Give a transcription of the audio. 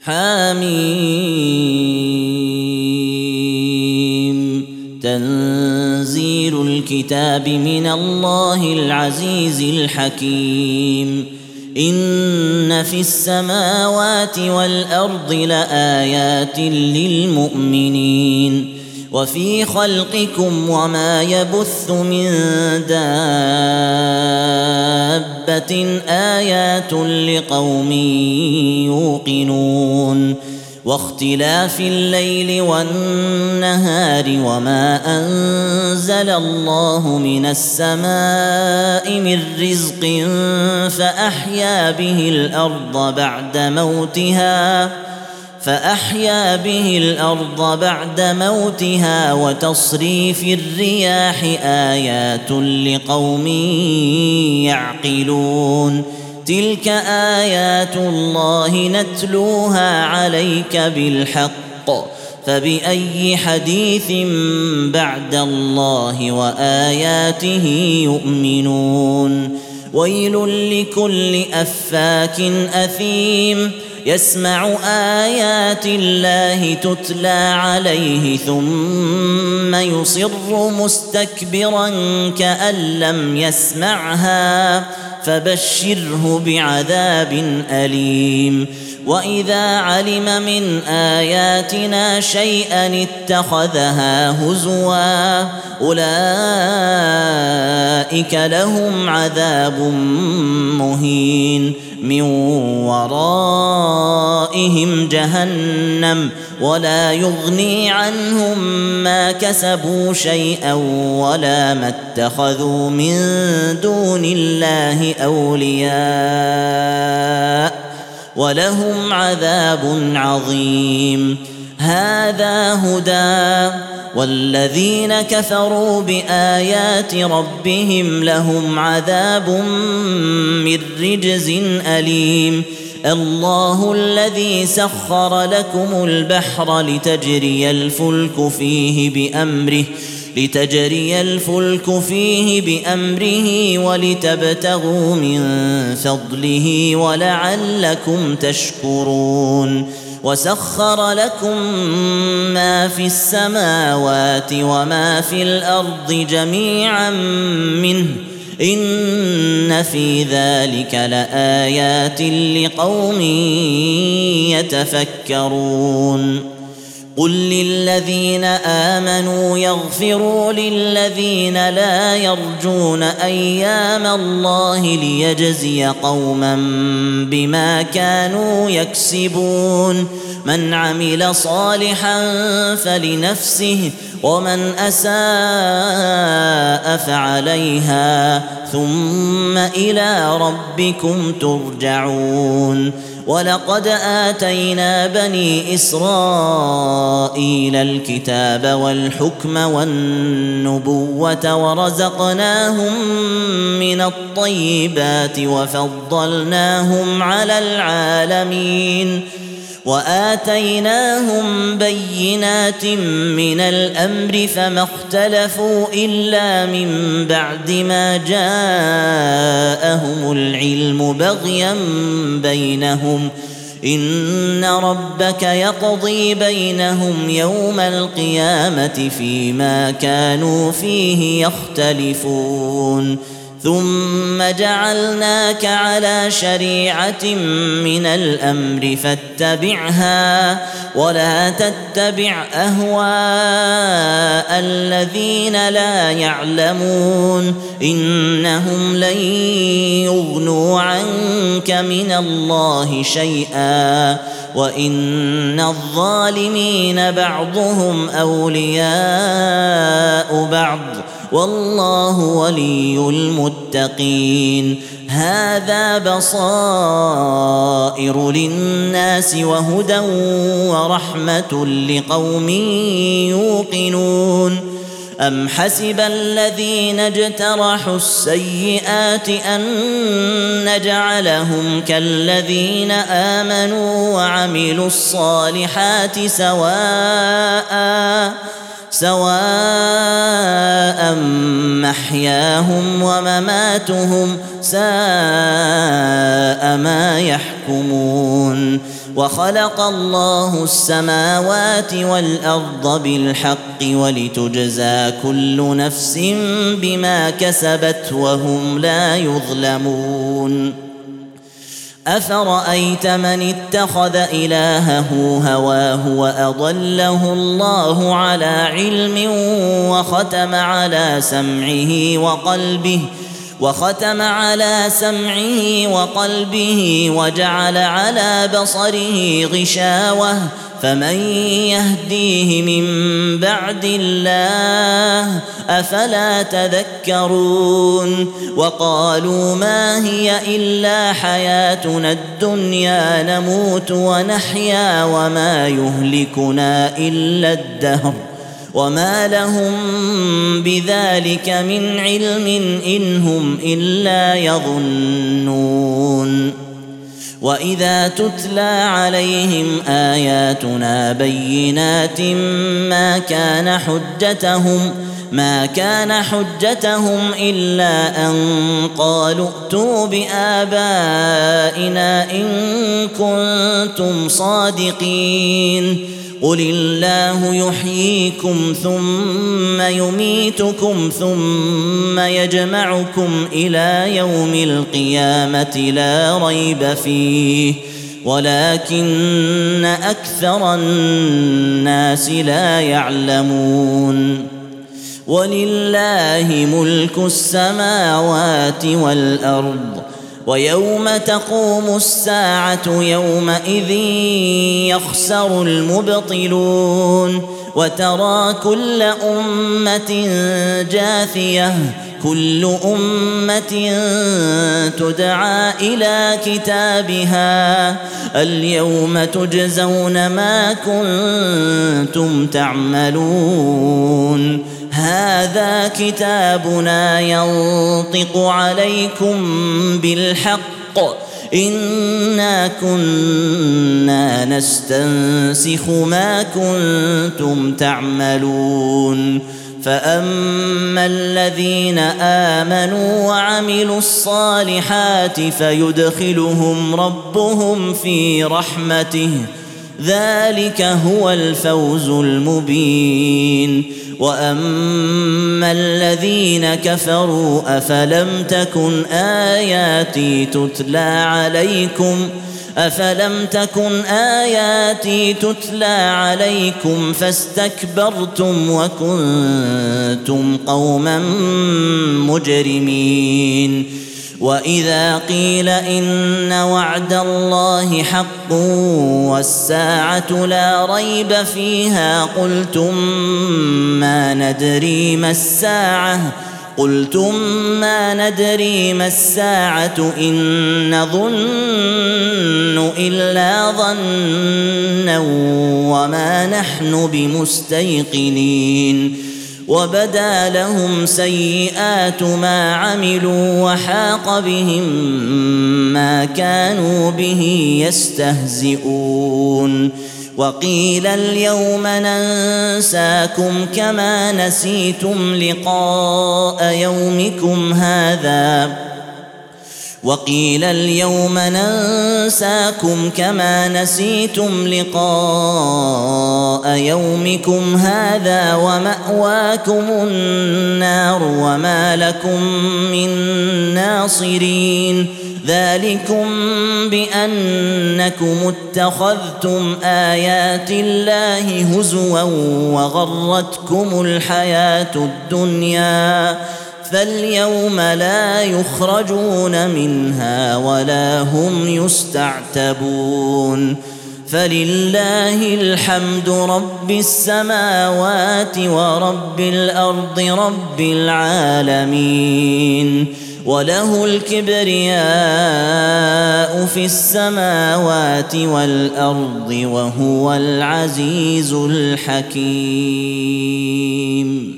حميم. تنزيل الكتاب من الله العزيز الحكيم. إن في السماوات والأرض لآيات للمؤمنين وفي خلقكم وما يبث من دابة آيات لقوم يوقنون واختلاف الليل والنهار وما أنزل الله من السماء من رزق فأحيا به الأرض بعد موتها وتصريف الرياح آيات لقوم يعقلون تلك آيات الله نتلوها عليك بالحق فبأي حديث بعد الله وآياته يؤمنون ويل لكل أفاك أثيم يسمع آيات الله تتلى عليه ثم يصر مستكبرا كأن لم يسمعها فبشره بعذاب أليم وإذا علم من آياتنا شيئا اتخذها هزوا أولئك لهم عذاب مهين من ورائهم جهنم ولا يغني عنهم ما كسبوا شيئا ولا ما اتخذوا من دون الله أولياء ولهم عذاب عظيم هذا هدى والذين كفروا بآيات ربهم لهم عذاب من رجز أليم الله الذي سخر لكم البحر لتجري الفلك فيه بأمره ولتبتغوا من فضله ولعلكم تشكرون وسخر لكم ما في السماوات وما في الأرض جميعا منه إن في ذلك لآيات لقوم يتفكرون قل للذين آمنوا يغفروا للذين لا يرجون أيام الله ليجزي قوما بما كانوا يكسبون من عمل صالحا فلنفسه ومن أساء فعليها ثم إلى ربكم ترجعون ولقد آتينا بني إسرائيل الكتاب والحكم والنبوة ورزقناهم من الطيبات وفضلناهم على العالمين وآتيناهم بينات من الأمر فما اختلفوا إلا من بعد ما جاءهم العلم بغيا بينهم إن ربك يقضي بينهم يوم القيامة فيما كانوا فيه يختلفون ثم جعلناك على شريعة من الأمر فاتبعها ولا تتبع أهواء الذين لا يعلمون إنهم لن يغنوا عنك من الله شيئا وإن الظالمين بعضهم أولياء بعض والله ولي المتقين هذا بصائر للناس وهدى ورحمة لقوم يوقنون أم حسب الذين اجترحوا السيئات أن نجعلهم كالذين آمنوا وعملوا الصالحات سواء محياهم ومماتهم ساء ما يحكمون وخلق الله السماوات والأرض بالحق ولتجزى كل نفس بما كسبت وهم لا يظلمون أفرأيت من اتخذ إلهه هواه وأضله الله على علم وختم على سمعه وقلبه وجعل على بصره غشاوة فمن يهديه من بعد الله أفلا تذكرون وقالوا ما هي إلا حياتنا الدنيا نموت ونحيا وما يهلكنا إلا الدهر وما لهم بذلك من علم إن هم إلا يظنون وإذا تتلى عليهم آياتنا بينات ما كان حجتهم إلا أن قالوا ائتوا بآبائنا إن كنتم صادقين قل الله يحييكم ثم يميتكم ثم يجمعكم إلى يوم القيامة لا ريب فيه ولكن أكثر الناس لا يعلمون ولله ملك السماوات والأرض ويوم تقوم الساعة يومئذ يخسر المبطلون وترى كل أمة جاثية كل أمة تدعى إلى كتابها اليوم تجزون ما كنتم تعملون هذا كتابنا ينطق عليكم بالحق إنا كنا نستنسخ ما كنتم تعملون فأما الذين آمنوا وعملوا الصالحات فيدخلهم ربهم في رحمته ذلك هو الفوز المبين وأما الذين كفروا أفلم تكن آياتي تتلى عليكم فاستكبرتم وكنتم قوما مجرمين وإذا قيل إن وعد الله حق والساعة لا ريب فيها قلتم ما ندري ما الساعة إن نظن إلا ظنا وما نحن بمستيقنين وبدا لهم سيئات ما عملوا وحاق بهم ما كانوا به يستهزئون وقيل اليوم ننساكم كما نسيتم لقاء يومكم هذا ومأواكم النار وما لكم من ناصرين ذلكم بأنكم اتخذتم آيات الله هزوا وغرتكم الحياة الدنيا فاليوم لا يخرجون منها ولا هم يستعتبون فلله الحمد رب السماوات ورب الأرض رب العالمين وله الكبرياء في السماوات والأرض وهو العزيز الحكيم.